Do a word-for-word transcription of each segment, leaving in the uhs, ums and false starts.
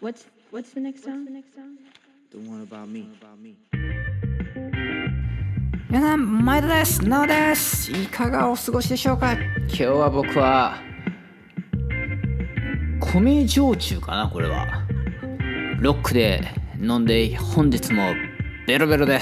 What's what's the next song? The one about me. 皆さん、前田です。なおです。いかがお過ごしでしょうか。今日は僕は米焼酎かな。これはロックで飲んで本日もベロベロです。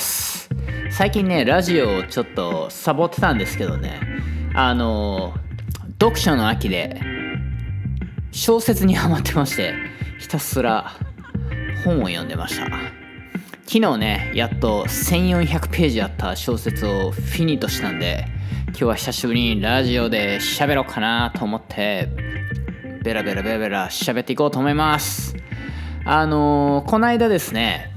最近ね、ラジオをちょっとサボってたんですけどね、あの読書の秋で小説にハマってまして、ひたすら本を読んでました。昨日ね、やっとせんよんひゃくページあった小説をフィニットしたんで、今日は久しぶりにラジオで喋ろうかなと思ってベラベラベラベラ喋っていこうと思います。あのー、この間ですね、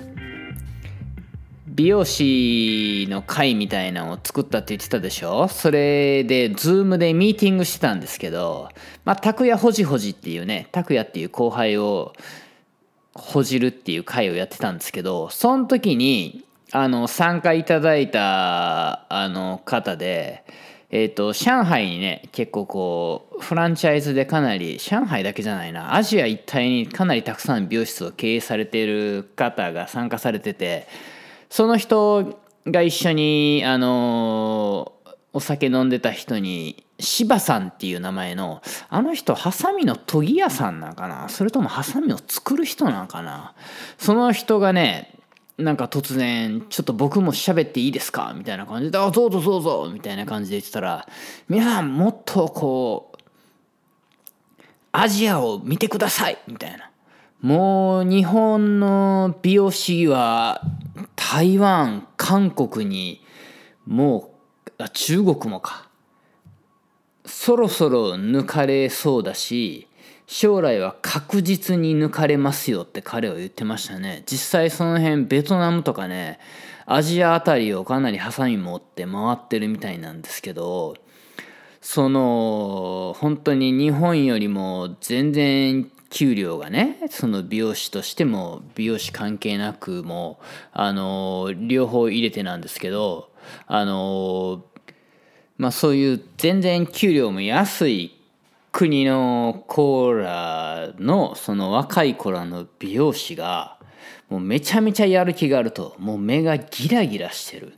美容師の会みたいなのを作ったって言ってたでしょ。それでズームでミーティングしてたんですけど、まあ拓也ほじほじっていうね、拓也っていう後輩をほじるっていう会をやってたんですけど、その時にあの参加いただいたあの方で、えーと上海にね、結構こうフランチャイズでかなり、上海だけじゃないな、アジア一帯にかなりたくさん美容室を経営されている方が参加されてて、その人が一緒にあのお酒飲んでた人に柴さんっていう名前の、あの人ハサミの研ぎ屋さんなんかな、それともハサミを作る人なんかな、その人がね、なんか突然ちょっと僕も喋っていいですかみたいな感じで、あ、どうぞどうぞみたいな感じで言ってたら、皆さんもっとこうアジアを見てくださいみたいな、もう日本の美容師は台湾、韓国に、もうあ中国もか、そろそろ抜かれそうだし、将来は確実に抜かれますよって彼は言ってましたね。実際その辺ベトナムとかね、アジアあたりをかなりハサミ持って回ってるみたいなんですけど、その本当に日本よりも全然給料がね、その美容師としても美容師関係なくもあの両方入れてなんですけど、あのまあそういう全然給料も安い国の子らの、その若い子らの美容師がもうめちゃめちゃやる気があると、もう目がギラギラしてる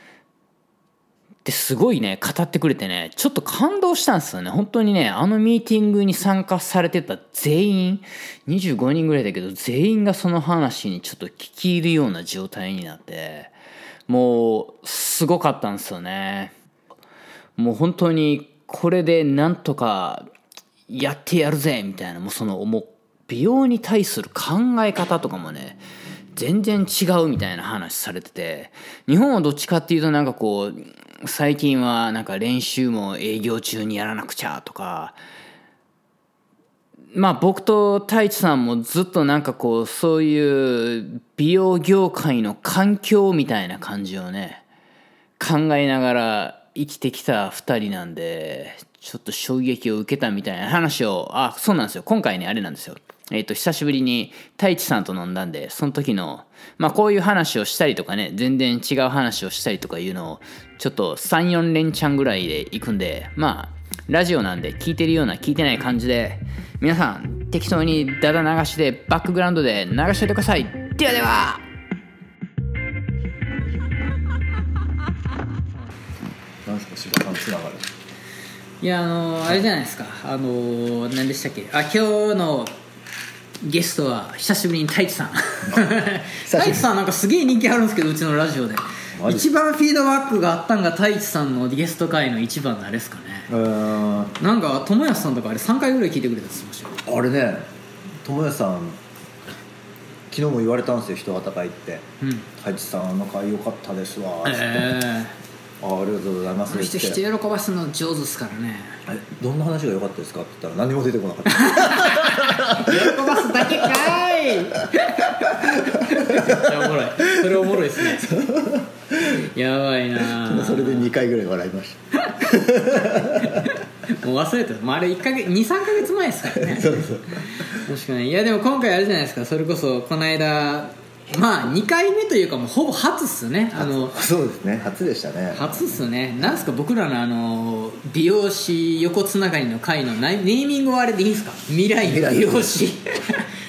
ですごいね語ってくれてね、ちょっと感動したんですよね。本当にね、あのミーティングに参加されてた全員にじゅうごにんぐらいだけど、全員がその話にちょっと聞き入るような状態になって、もうすごかったんですよね。もう本当にこれでなんとかやってやるぜみたいな、もうそのもう美容に対する考え方とかもね、全然違うみたいな話されてて、日本はどっちかっていうとなんかこう最近はなんか練習も営業中にやらなくちゃとか、まあ僕と太一さんもずっとなんかこうそういう美容業界の環境みたいな感じをね考えながら生きてきたふたりなんで、ちょっと衝撃を受けたみたいな話を、あ、そうなんですよ、今回ねあれなんですよ、えっと久しぶりに太一さんと飲んだんで、その時のまあこういう話をしたりとかね、全然違う話をしたりとかいうのをちょっとさんよん連チャンぐらいで行くんで、まあラジオなんで聞いてるような聞いてない感じで、皆さん適当にダダ流しでバックグラウンドで流しておいてください。ではでは。 なんですか、柴さんつながる。 いや、あのあれじゃないですか、あの何でしたっけ、あ、今日のゲストは久しぶりに太一さん太一さんなんかすげえ人気あるんですけど、うちのラジオで一番フィードバックがあったんが太一さんのゲスト回の一番のあれですかね。うーん、なんか友安さんとかあれさんかいぐらい聞いてくれたって言ってましたよ。 あれね、友也さん昨日も言われたんですよ、人が高いって、うん、太一さんあの回良かったですわって、えー、あ, ありがとうございますって人人喜ばすの上手ですからね。 どんな話が良かったですかって言ったら何も出てこなかった喜ばすだけかいめっちゃおもろい、それおもろいですねやばいな。 それでにかいぐらい笑いましたもう忘れた、もうあれいっかげつにさんかげつまえですからねそうそう確かに。いやでも今回あれじゃないですか、それこそこの間まあにかいめというかもうほぼ初っすね。あのそうですね、初でしたね。 初っすね。なんすか、僕らのあの美容師横つながりの会のネーミングはあれでいいんすか、未来の美容師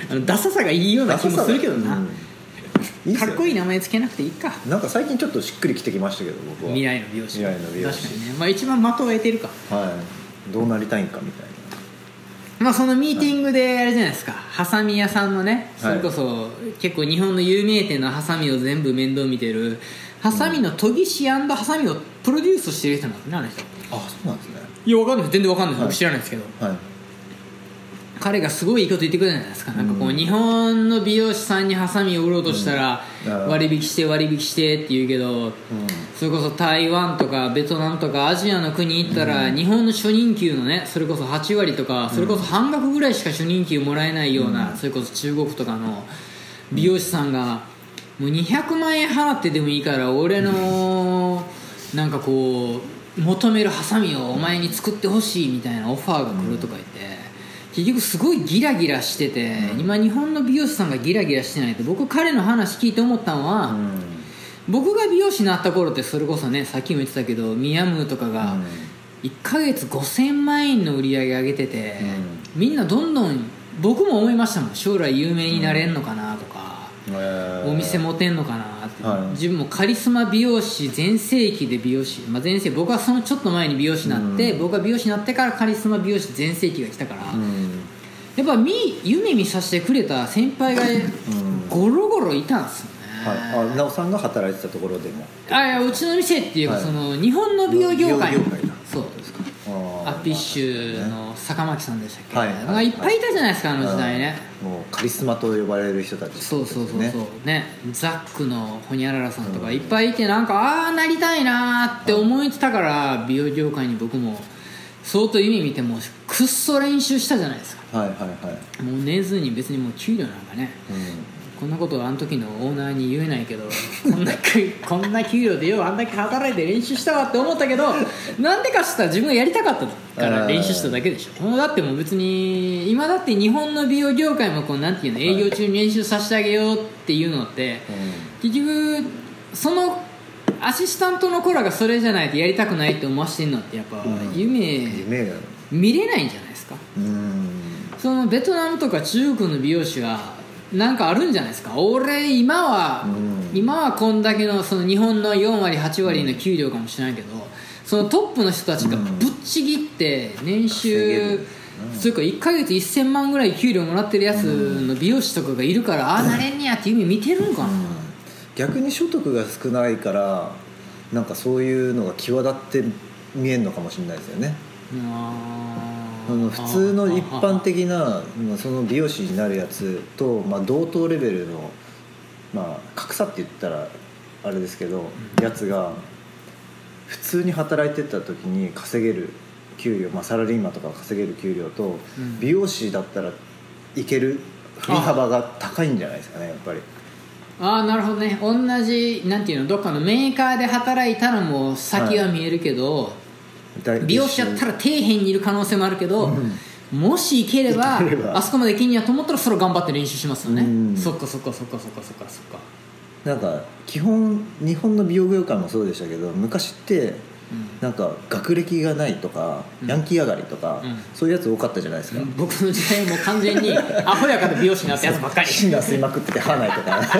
あのダサさがいいような気もするけどな、 うんいいっすよね、 かっこいい名前つけなくていいか。 なんか最近ちょっとしっくりきてきましたけど僕は未来の美容師。 未来の美容師確かにね、まあ、一番的を得てるか。 はいどうなりたいんかみたいな。 まあ、そのミーティングであれじゃないですか、ハサミ屋さんのね、それこそ結構日本の有名店のハサミを全部面倒見てるハサミの研ぎ師&ハサミをプロデュースしてる人なんですね、あの人。 あそうなんですね。 いやわかんない、全然わかんない、 はい僕知らないですけど、 はい彼がすごいいいこと言ってくれたじゃないですか。なんかこう日本の美容師さんにハサミを売ろうとしたらうん割引して割引してって言うけど、それこそ台湾とかベトナムとかアジアの国行ったら日本の初任給のね、それこそはちわりとかそれこそ半額ぐらいしか初任給もらえないような、それこそ中国とかの美容師さんがもうにひゃくまんえん払ってでもいいから俺のなんかこう求めるハサミをお前に作ってほしいみたいなオファーが来るとか言って、結局すごいギラギラしてて、今日本の美容師さんがギラギラしてないと僕彼の話聞いて思ったのは、僕が美容師になった頃ってそれこそね、さっきも言ってたけどミヤムーとかがいっかげつごせんまんえんの売り上げ上げてて、みんなどんどん僕も思いましたもん、将来有名になれんのかなとか、お店持てんのかなって、はい、自分もカリスマ美容師全盛期で美容師、まあ、全盛僕はそのちょっと前に美容師になって、うん、僕が美容師になってからカリスマ美容師全盛期が来たから、うん、やっぱ夢見させてくれた先輩がゴロゴロいたんですよね、 はい、あ、なおさんが働いてたところでもあ、いや、うちの店っていうか、はい、その日本の美容業界、 美容業界だ。 そうですか。アッピッシュの坂巻さんでしたっけ、 はい、 なんかいっぱいいたじゃないですか、あの時代ね。 もうカリスマと呼ばれる人たち、ね、 そうそうそうそうね、ザックのホニャララさんとかいっぱいいて、なんかああなりたいなって思ってたから、美容業界に僕も相当夢見てもくっそ練習したじゃないですか。 はいはいはい。 もう寝ずに、別にもう給料なんかね、うん、こんなことをあの時のオーナーに言えないけど、こんなこんな給料でようあんだけ働いて練習したわって思ったけど、なんでかって言ったら自分がやりたかったから練習しただけでしょ。もうだってもう別に今だって日本の美容業界もこうなんていうの、営業中に練習させてあげようっていうのって、結局そのアシスタントの子らがそれじゃないとやりたくないって思わせてるのってやっぱ夢見れないんじゃないですか。うん、そのベトナムとか中国の美容師はなんかあるんじゃないですか。俺今は、うん、今はこんだけのその日本のよんわりはちわりの給料かもしれないけど、そのトップの人たちがぶっちぎって年収、うん、それからいっかげつせんまんぐらい給料もらってるやつの美容師とかがいるから、うん、ああなれんねやって夢見てるんかな、うん、 逆に所得が少ないからなんかそういうのが際立って見えるのかもしれないですよね。ああの普通の一般的なその美容師になるやつと、まあ、同等レベルの、まあ、格差って言ったらあれですけど、うん、やつが普通に働いてた時に稼げる給料、まあ、サラリーマンとか稼げる給料と、うん、美容師だったらいける振り幅が高いんじゃないですかね、やっぱり。 ああなるほどね。同じなんていうの、どっかのメーカーで働いたらもう先は見えるけど、はい、美容師やったら底辺にいる可能性もあるけど、うん、もし行ければあそこまで行けんやと思ったらそれを頑張って練習しますよね、うん、そっかそっかそっかそっかそっかそっか。 なんか基本日本の美容業界もそうでしたけど、昔ってなんか学歴がないとか、うん、ヤンキー上がりとか、うん、そういうやつ多かったじゃないですか、うん、 僕の時代も完全にアホやから美容師になったやつばっかり芯が吸いまくってて歯ないとか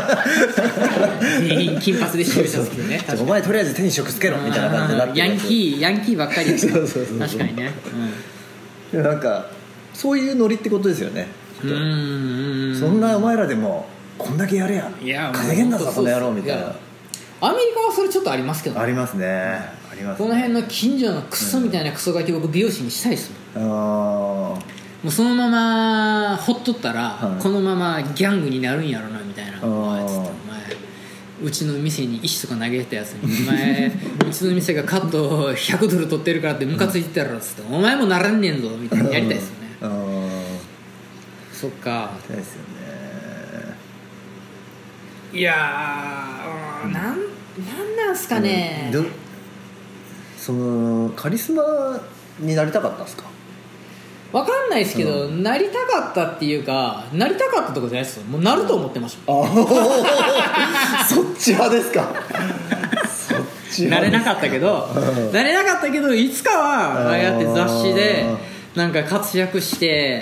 全員金髪でしてる人ねお前とりあえず手に職つけろみたいな感じになってヤンキーヤンキーばっかりそうそうそうそう確かにね、 うん、なんかそういうノリってことですよね。うんうんうん、そんなお前らでもこんだけやれや稼げんだぞこの野郎みたいな。 アメリカはそれちょっとありますけど、ね、 ありますね、ありますね。 この辺の近所のクソみたいなクソガキを僕美容師にしたいですもん、うん、あもうそのままほっとったら、はい、このままギャングになるんやろなみたいな。お前うちの店に石とか投げたやつにお前うちの店がカットひゃくドル取ってるからってムカついてたらっつって、うん、お前もならんねんぞみたいなやりたいですよね。あそっかやりたいですよね。いやー、うん、なんなんなんすかね、 うん、そのカリスマになりたかったんですか。 わかんないですけど、うん、なりたかったっていうかなりたかったとかじゃないですよ。もうなると思ってました。あそっち派ですか。そっちなれなかったけど、うん、なれなかったけどいつかはああやって雑誌でなんか活躍して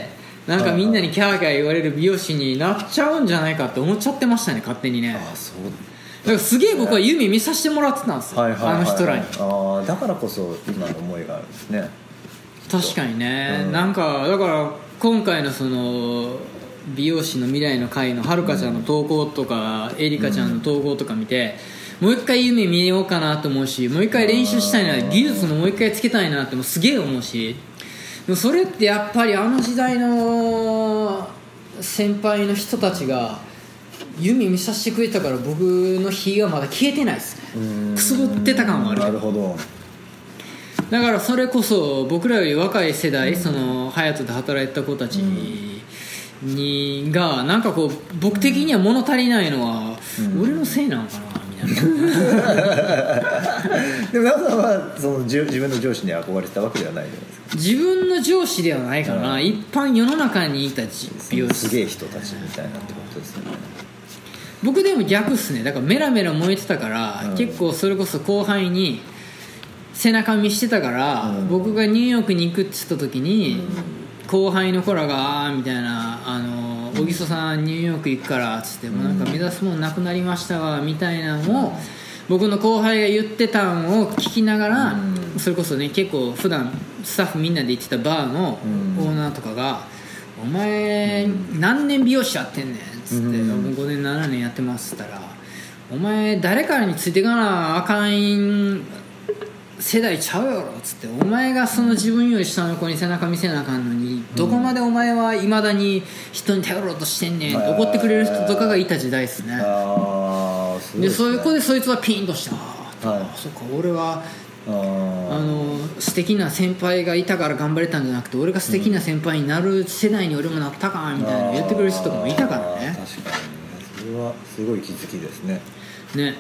なんかみんなにキャーキャー言われる美容師になっちゃうんじゃないかって思っちゃってましたね、勝手にね。 あそうだからすげえ僕は夢見させてもらってたんですよ、 はいはいはいはい、 あの人らに。 あだからこそ今の思いがあるんですね。 確かにね、 うん、なんかだから今回のその美容師の未来の会のはるかちゃんの投稿とか、うん、エリカちゃんの投稿とか見て、もう一回夢見ようかなと思うし、もう一回練習したいな、技術ももう一回つけたいなってもすげえ思うし、でもそれってやっぱりあの時代の先輩の人たちが夢見させてくれたから、僕の火がまだ消えてないですね。くすぶってた感はあるけど。 なるほど。 だからそれこそ僕らより若い世代、そのハヤトで働いてた子たちにがなんかこう僕的には物足りないのは俺のせいなのかなみたいな。 でも皆さんはその自分の上司に憧れてたわけではないじゃないですか。 自分の上司ではないかな、 うん、 一般世の中にいた美容師、 すげえ人たちみたいなってことですよね。 僕でも逆っすね。だからメラメラ燃えてたから、うん、結構それこそ後輩に背中見してたから、うん、僕がニューヨークに行くって言った時に、うん、後輩の子らがみたいな、あの小木曽さんニューヨーク行くからっつって、うん、もうなんか目指すもんなくなりましたわみたいなのを、うん、僕の後輩が言ってたのを聞きながら、うん、それこそね結構普段スタッフみんなで行ってたバーのオーナーとかが、うん、お前何年美容師やってんねんっつって、うん、もうごねんななねんやってますって言ったら、お前誰からについていかなあかん世代ちゃうやろっつって、お前がその自分より下の子に背中見せなあかんのに、どこまでお前はいまだに人に頼ろうとしてんねんって怒ってくれる人とかがいた時代ですね。 あすごいですね。 でそういう子でそいつはピンとした、 はい、 あそっか俺はあの素敵な先輩がいたから頑張れたんじゃなくて、俺が素敵な先輩になる世代に俺もなったかみたいなの言ってくれる人とかもいたからね。 確かにそれはすごい気づきですね。 ね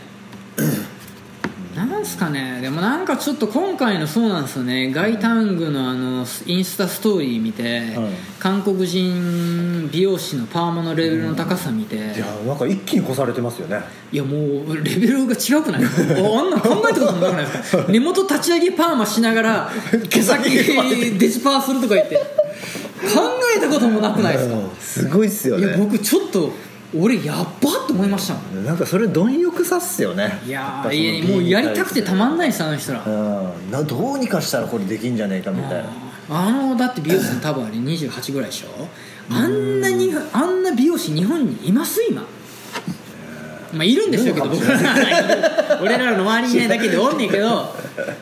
なんすかね。でもなんかちょっと今回のそうなんですよね、ガイタングのあのインスタストーリー見て、うん、韓国人美容師のパーマのレベルの高さ見て、うん、 いやなんか一気に越されてますよね。 いやもうレベルが違くないですか。あんな考えたこともなくないですか。根元立ち上げパーマしながら毛先デジパーするとか言って考えたこともなくないですか。 すごいっすよね。 いや僕ちょっと俺やっばって思いましたもん。 なんかそれ貪欲さっすよね。 いやいやもうやりたくてたまんないですあの人ら、 うん、などうにかしたらこれできんじゃねえかみたいな。 あのだって美容師の多分あれにじゅうはちぐらいでしょ。あんなにあんな美容師日本にいます今。まあいるんですよけど僕ら俺らの周りにいないだけでおんねんけど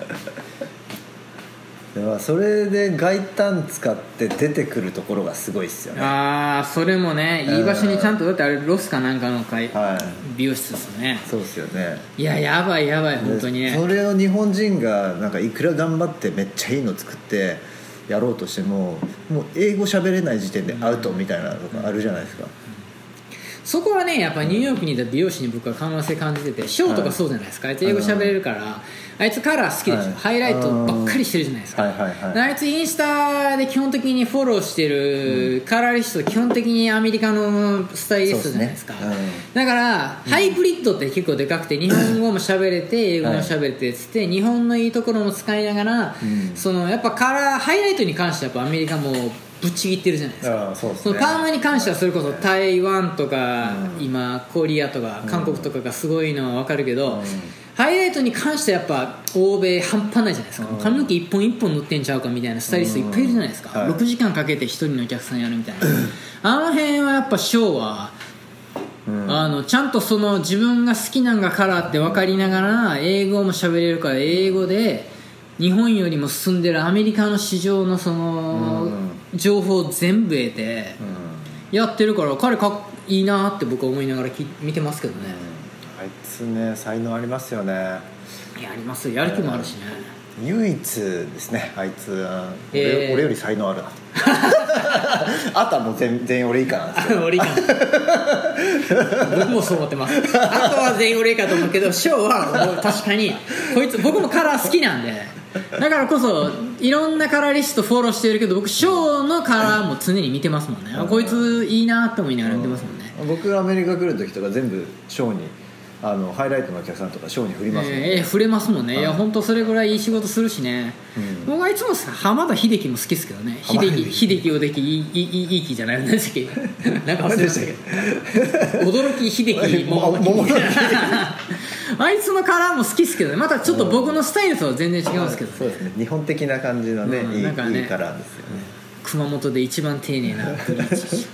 それで外タ使って出てくるところがすごいっすよね。 ああそれもねいい場所にちゃんと、だってあれロスかなんかの会、 はい、 美容室ですよね。 そうっすよね。 いややばいやばい本当にね。 それを日本人がなんかいくら頑張ってめっちゃいいの作ってやろうとしてももう英語喋れない時点でアウトみたいなのがあるじゃないですか。 そこはねやっぱニューヨークにいた美容師に僕は可能性感じてて、ショーとかそうじゃないですか、あいつ英語喋れるから、あいつカラー好きでしょ、はい、ハイライトばっかりしてるじゃないですか、 はいはいはい、 あいつインスタで基本的にフォローしてるカラーリスト基本的にアメリカのスタイリストじゃないですか。 そうですね、 うん、だからハイブリッドって結構でかくて日本語も喋れて英語も喋れてつって、はい、日本のいいところも使いながら、うん、そのやっぱカラーハイライトに関してはやっぱアメリカもぶっちぎってるじゃないですか。 そうですね、 そのパーマに関してはそれこそ台湾とか、うん、今コリアとか韓国とかがすごいのは分かるけど、うん、ハイライトに関してはやっぱ欧米半端ないじゃないですか、うん、髪の毛一本一本塗ってんちゃうかみたいなスタイリストいっぱいいるじゃないですか、うんはい、ろくじかんかけて一人のお客さんやるみたいなあの辺はやっぱショーは、うん、あのちゃんとその自分が好きなんがカラーって分かりながら英語も喋れるから英語で日本よりも進んでるアメリカの市場のその情報を全部得てやってるから彼かっいいなって僕は思いながらき見てますけどね、 うん、あいつね才能ありますよね。 いやありますよ、やる気もあるしね、 えー、唯一ですねあいつ、 えー、 俺, 俺より才能あるなあとはもう 全, 全員俺以下なんですよ俺以下僕もそう思ってます。あとは全員俺以下と思うけどショーは確かにこいつ僕もカラー好きなんでだからこそいろんなカラーリストフォローしてるけど僕ショーのカラーも常に見てますもんね、うん、こいついいなって思いながら見てますもんね、 うん、僕がアメリカ来る時とか全部ショーにあのハイライトのお客さんとかショーに振りますもんね、 えー、触れますもんね、 はい、 いや本当それぐらいいい仕事するしね、うん、僕はいつも浜田秀樹も好きですけどね。秀樹秀樹おできいいいいいい気じゃないんですけどなんか忘れましたけど驚き秀樹桃の木あいつのカラーも好きですけどね。またちょっと僕のスタイルとは全然違うんですけど、ね、 そうですね、日本的な感じのね、うん、いい、なんかね、いいカラーですよね。 熊本で一番丁寧なブリーチ流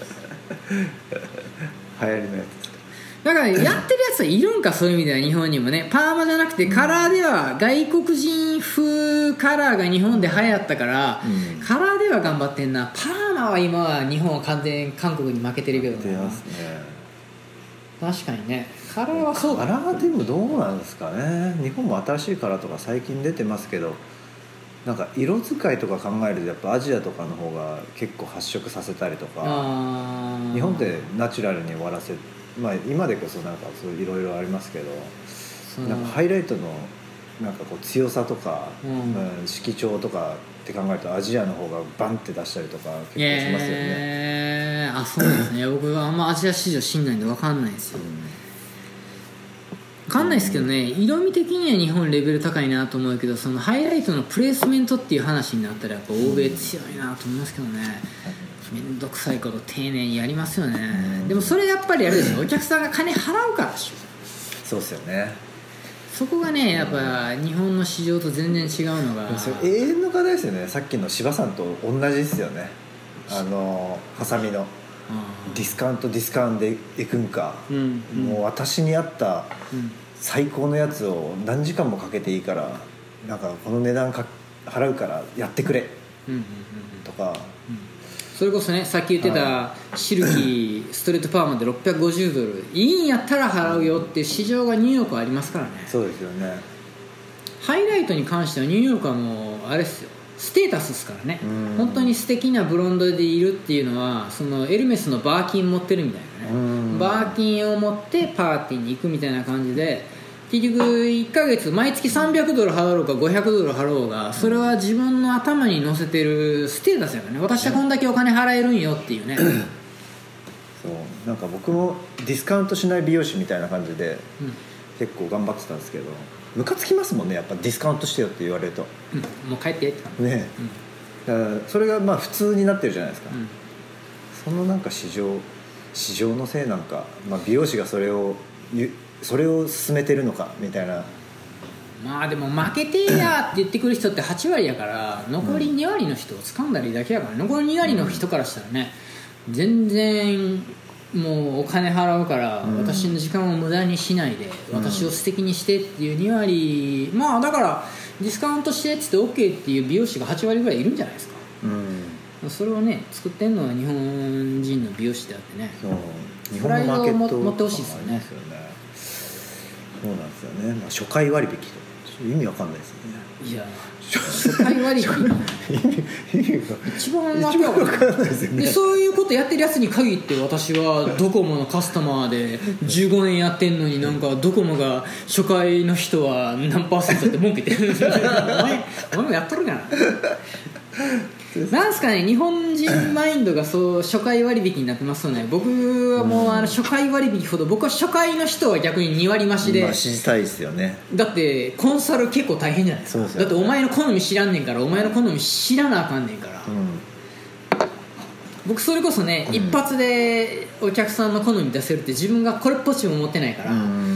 行りのやつだからやってるやつはいるんか、そういう意味では日本にもね。パーマじゃなくてカラーでは外国人風カラーが日本で流行ったから、うん、カラーでは頑張ってんな。パーマは今は日本は完全韓国に負けてるけどね。 ますね。 確かにね、カラーはそうだ。 カラーでもどうなんですかね。日本も新しいカラーとか最近出てますけど、なんか色使いとか考えるとやっぱアジアとかの方が結構発色させたりとか、日本ってナチュラルに終わらせて、まあ、今でこそなんかそういろいろありますけど、なんかハイライトのなんかこう強さとか、うんうん、色調とかって考えるとアジアの方がバンって出したりとか結構しますよね。 えー、あ、そうですね。僕はあんまアジア市場知んないんで分かんないですよ、うん、分かんないですけどね、色味的には日本レベル高いなと思うけど、そのハイライトのプレイスメントっていう話になったらやっぱ欧米強いなと思いますけどね、うん、めんどくさいこと丁寧にやりますよね、うん、でもそれやっぱりやるでしょ、お客さんが金払うからでしょ。 そうですよね。 そこがねやっぱ日本の市場と全然違うのが、 それ永遠の課題ですよね。さっきの柴さんと同じですよね。あのハサミのディスカウントディスカウントでいくんか、うんうん、もう私に合った最高のやつを何時間もかけていいからなんかこの値段か払うからやってくれ、うんうんうん、とか、うん、 それこそねさっき言ってたシルキーストレートパーマでろっぴゃくごじゅうドルいいんやったら払うよっていう市場がニューヨークありますからね。 そうですよね。 ハイライトに関してはニューヨークはもうあれですよ、ステータスですからね。本当に素敵なブロンドでいるっていうのはそのエルメスのバーキン持ってるみたいなね、バーキンを持ってパーティーに行くみたいな感じで、結局いっかげつ毎月さんびゃくドル払おうかごひゃくドル払おうがそれは自分の頭に乗せてるステータスやからね。私はこんだけお金払えるんよっていうねそうなんか僕もディスカウントしない美容師みたいな感じで、うん、結構頑張ってたんですけどムカつきますもんね、やっぱディスカウントしてよって言われると、 うん、もう帰ってってね、うん、だからそれがまあ普通になってるじゃないですか、うん、そのなんか市場市場のせいなんか、まあ、美容師がそれをそれを進めてるのかみたいな。 まあでも負けてやって言ってくる人ってはちわりやから残りにわりの人を掴んだりだけやから、ね、残りにわりの人からしたらね全然もうお金払うから私の時間を無駄にしないで私を素敵にしてっていうにわり、まあだからディスカウントしてっつって OK っていう美容師がはちわりぐらいいるんじゃないですか、うん、それをね作ってんのは日本人の美容師であってね、 そう日本のマーケットプライドを持ってほしいですよね。 そうなんですよね、まあ、初回割引と意味わかんないですよね。 いや初回割引一番わかんないですよね。でそういうことやってるやつに限って私はドコモのカスタマーでじゅうごねんやってんのになんかドコモが初回の人は何パーセントって文句言ってるお前お前もやっとるかななんすかね、日本人マインドがそう初回割引になってますよね。僕はもうあの初回割引ほど僕は初回の人は逆ににわり増しで、 まあ、したいですよね。 だってコンサル結構大変じゃないですか。そうですよね。だってお前の好み知らんねんからお前の好み知らなあかんねんから、うん、僕それこそね、うん、一発でお客さんの好み出せるって自分がこれっぽっちも思ってないから、うん、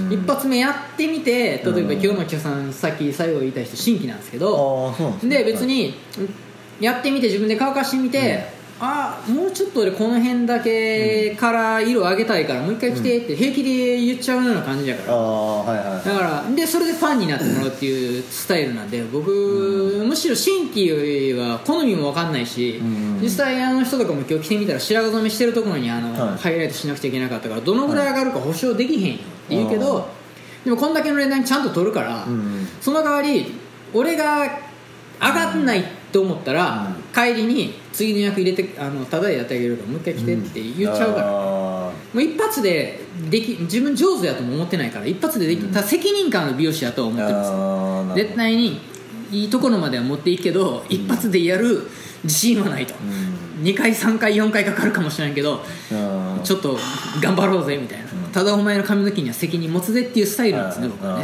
一発目やってみて、例えば今日のお客さんさっき最後言いたい人新規なんですけど、うん、で別にやってみて自分で乾かしてみて、うん、あもうちょっと俺この辺だけから色上げたいからもう一回来てって平気で言っちゃうような感じだから、うん、はいはい、だからでそれでファンになってもらうっていうスタイルなんで僕、うん、むしろ新規は好みも分かんないし、うん、実際あの人とかも今日来てみたら白髪染めしてるところにあの、はい、ハイライトしなくちゃいけなかったからどのぐらい上がるか保証できへんよって言うけど、はい、でもこんだけの値段ちゃんと取るから、うん、その代わり俺が上がんないって思ったら、うん、帰りに次の予約入れてあのタダでやってあげるからもう一回来てって言っちゃうから、うん、もう一発ででき自分上手だとも思ってないから一発ででき、うん、た責任感の美容師だとは思ってます。絶対にいいところまでは持っていくけど、うん、一発でやる自信はないと、うん、にかいさんかいよんかいかかるかもしれないけど、うん、ちょっと頑張ろうぜみたいな、うんただお前の髪の毛には責任持つぜっていうスタイルなんですね、僕はね。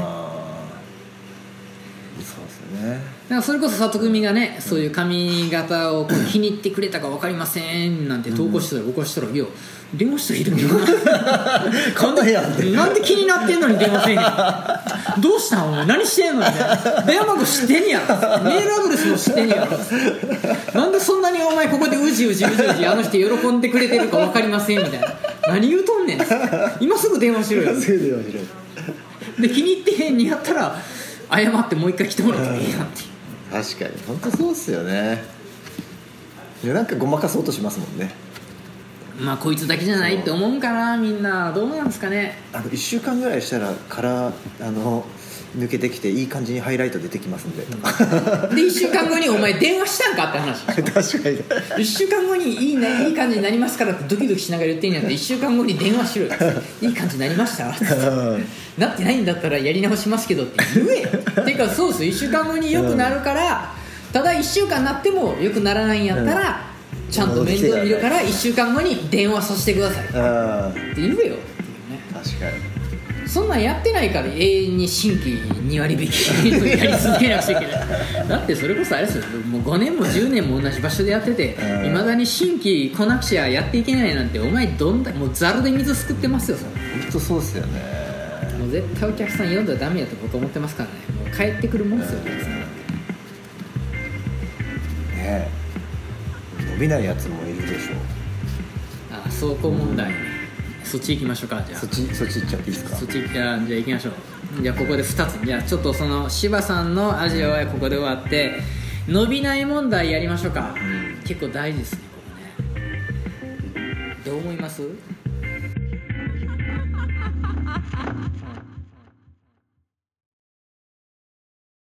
そうですよね。 だからそれこそ里組がね、そういう髪型をこう気に入ってくれたか分かりませんなんて投稿してたら、僕はしたら、いや電話したらいいと思うこんな部屋ってなんで気になってんのに電話せんねんどうしたんお前何してんのみたいな、電話番号知ってんねやろ、メールアドレスも知ってんねやろ、なんでそんなにお前ここでうじうじうじうじあの人喜んでくれてるか分かりませんみたいな、何言うとんねん今すぐ電話しろよすぐ電話しろよで気に入ってへんにやったら謝ってもう一回来てもらったらいいやんっていう。 確かに本当そうっすよね。いやなんかごまかそうとしますもんね。 まあこいつだけじゃないって思うんかな、みんなどうなんですかね。 あのいっしゅうかんぐらいしたらからあの抜けてきていい感じにハイライト出てきますんで、 うん、でいっしゅうかんごにお前電話したんかって話でしょ確かにいっしゅうかんごにいい、ね、いい感じになりますからってドキドキしながら言ってんやったらいっしゅうかんごに電話しろよいい感じになりましたなってないんだったらやり直しますけどって言えよてかそうですよ、いっしゅうかんごに良くなるから、ただいっしゅうかんなっても良くならないんやったら、うん、ちゃんと面倒見るからいっしゅうかんごに電話させてくださいって言えよっていうね。 確かにそんなんやってないから永遠に新規に割引きやり続けなくちゃいけないだってそれこそあれですよ、もうごねんもじゅうねんも同じ場所でやってていまだに新規来なくちゃやっていけないなんて、お前どんだけもうザルで水すくってますよ。それ本当そうっすよね。 もう絶対お客さん呼んだらダメやと僕思ってますからね。もう帰ってくるもんですよね。ねえ伸びないやつもいるでしょ。 ああ、走行問題、うん、そっち行きましょうか。じゃあそっちそっち行っちゃっていいですか。 そっちじゃあ行きましょう。じゃあここでふたつ、じゃあちょっとその柴さんのアジアはここで終わって伸びない問題やりましょうか、うん、結構大事ですねここね。どう思います？